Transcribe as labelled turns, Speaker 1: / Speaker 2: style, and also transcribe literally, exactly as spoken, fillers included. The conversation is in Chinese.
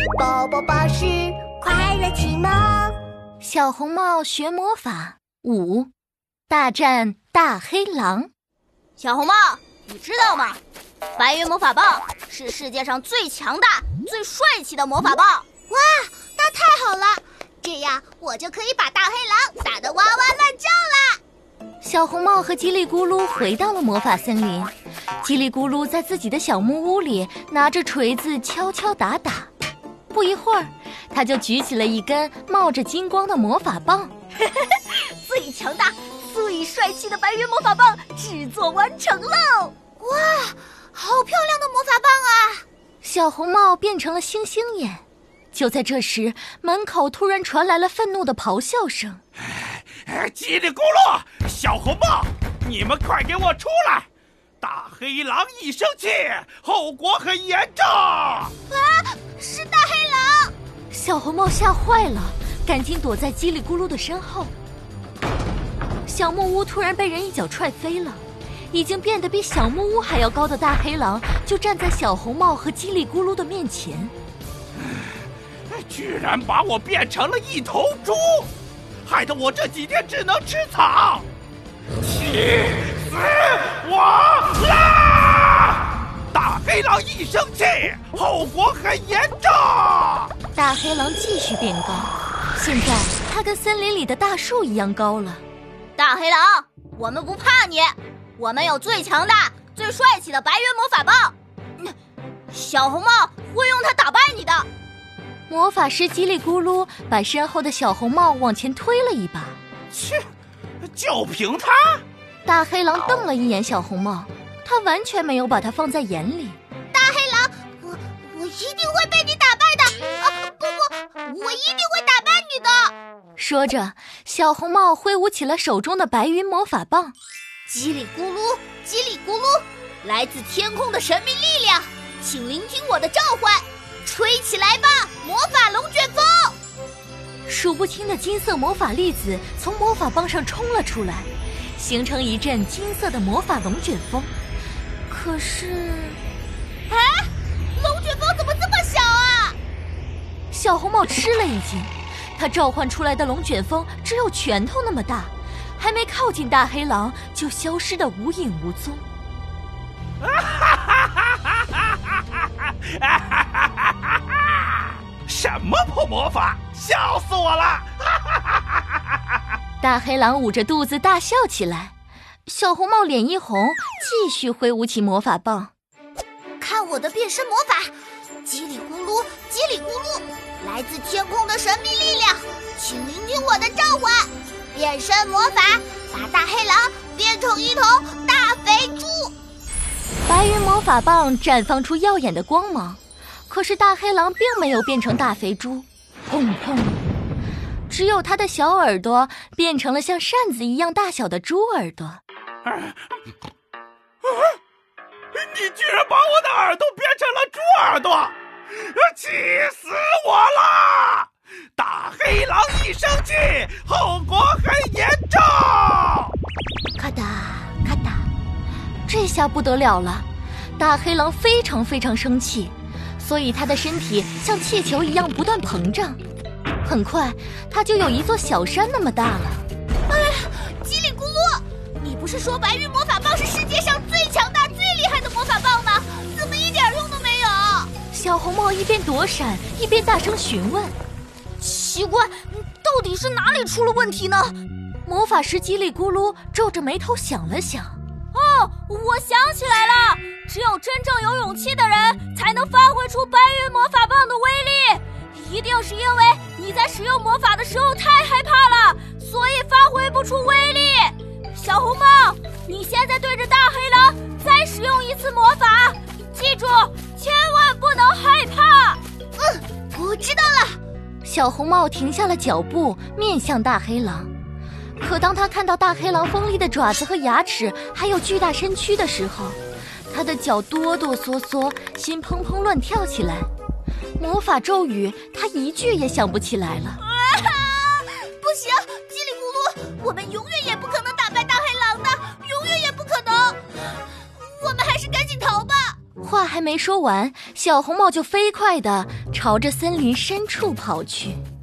Speaker 1: 宝宝巴士快乐启蒙。
Speaker 2: 小红帽学魔法五，大战大黑狼。
Speaker 3: 小红帽，你知道吗？白云魔法棒是世界上最强大、最帅气的魔法棒。
Speaker 1: 哇，那太好了，这样我就可以把大黑狼打得哇哇乱叫了。
Speaker 2: 小红帽和叽里咕噜回到了魔法森林。叽里咕噜在自己的小木屋里拿着锤子敲敲打打，不一会儿他就举起了一根冒着金光的魔法棒。
Speaker 3: 最强大、最帅气的白云魔法棒制作完成喽！
Speaker 1: 哇，好漂亮的魔法棒啊！
Speaker 2: 小红帽变成了星星眼。就在这时，门口突然传来了愤怒的咆哮声。
Speaker 4: 叽里咕噜，小红帽，你们快给我出来！大黑狼一生气，后果很严重。
Speaker 1: 啊，是大黑狼！
Speaker 2: 小红帽吓坏了，赶紧躲在叽里咕噜的身后。小木屋突然被人一脚踹飞了，已经变得比小木屋还要高的大黑狼就站在小红帽和叽里咕噜的面前。
Speaker 4: 居然把我变成了一头猪，害得我这几天只能吃草。气死我了！大黑狼一生气，后果很严重。
Speaker 2: 大黑狼继续变高，现在它跟森林里的大树一样高了。
Speaker 3: 大黑狼，我们不怕你，我们有最强大、最帅气的白云魔法棒。小红帽会用它打败你的。
Speaker 2: 魔法师叽里咕噜把身后的小红帽往前推了一把。
Speaker 4: 切，就凭他？
Speaker 2: 大黑狼瞪了一眼小红帽，他完全没有把他放在眼里。
Speaker 1: 大黑狼，我我一定会被你打败的！啊，不不，我一定会打败你的！
Speaker 2: 说着，小红帽挥舞起了手中的白云魔法棒。
Speaker 3: 叽里咕噜，叽里咕噜，来自天空的神秘力量，请聆听我的召唤，吹起来吧，魔法龙卷风！
Speaker 2: 数不清的金色魔法粒子从魔法棒上冲了出来，形成一阵金色的魔法龙卷风。可是，
Speaker 1: 哎，龙卷风怎么这么小啊？
Speaker 2: 小红帽吃了一惊，他召唤出来的龙卷风只有拳头那么大，还没靠近大黑狼就消失得无影无踪。
Speaker 4: 什么破魔法，笑死我了！
Speaker 2: 大黑狼捂着肚子大笑起来，小红帽脸一红，继续挥舞起魔法棒。
Speaker 1: 看我的变身魔法，叽里咕噜，叽里咕噜，来自天空的神秘力量，请聆听我的召唤，变身魔法，把大黑狼变成一头大肥猪。
Speaker 2: 白云魔法棒绽放出耀眼的光芒，可是大黑狼并没有变成大肥猪，砰砰，只有他的小耳朵变成了像扇子一样大小的猪耳朵。
Speaker 4: 啊啊、你居然把我的耳朵变成了猪耳朵，气死我了！大黑狼一生气，后果很严重。
Speaker 2: 咔嗒咔嗒，这下不得了了，大黑狼非常非常生气，所以他的身体像气球一样不断膨胀，很快他就有一座小山那么大了。
Speaker 1: 哎呀，叽里咕噜，你不是说白云魔法棒是世界上最强大最厉害的魔法棒吗？怎么一点用都没有？
Speaker 2: 小红帽一边躲闪一边大声询问。
Speaker 3: 奇怪，到底是哪里出了问题呢？
Speaker 2: 魔法师叽里咕噜皱着眉头想了想。
Speaker 3: 哦，我想起来了，只有真正有勇气的人才能发挥出白云魔法棒的威力。一定是因为你在使用魔法的时候太害怕了，所以发挥不出威力。小红帽，你现在对着大黑狼再使用一次魔法，记住，千万不能害怕。
Speaker 1: 嗯，我知道了。
Speaker 2: 小红帽停下了脚步，面向大黑狼。可当他看到大黑狼锋利的爪子和牙齿，还有巨大身躯的时候，他的脚哆哆嗦嗦，心砰砰乱跳起来。魔法咒语他一句也想不起来了。
Speaker 1: 啊，不行，叽里咕噜，我们永远也不可能打败大黑狼的，永远也不可能。我们还是赶紧逃吧。
Speaker 2: 话还没说完，小红帽就飞快地朝朝着森林深处跑去。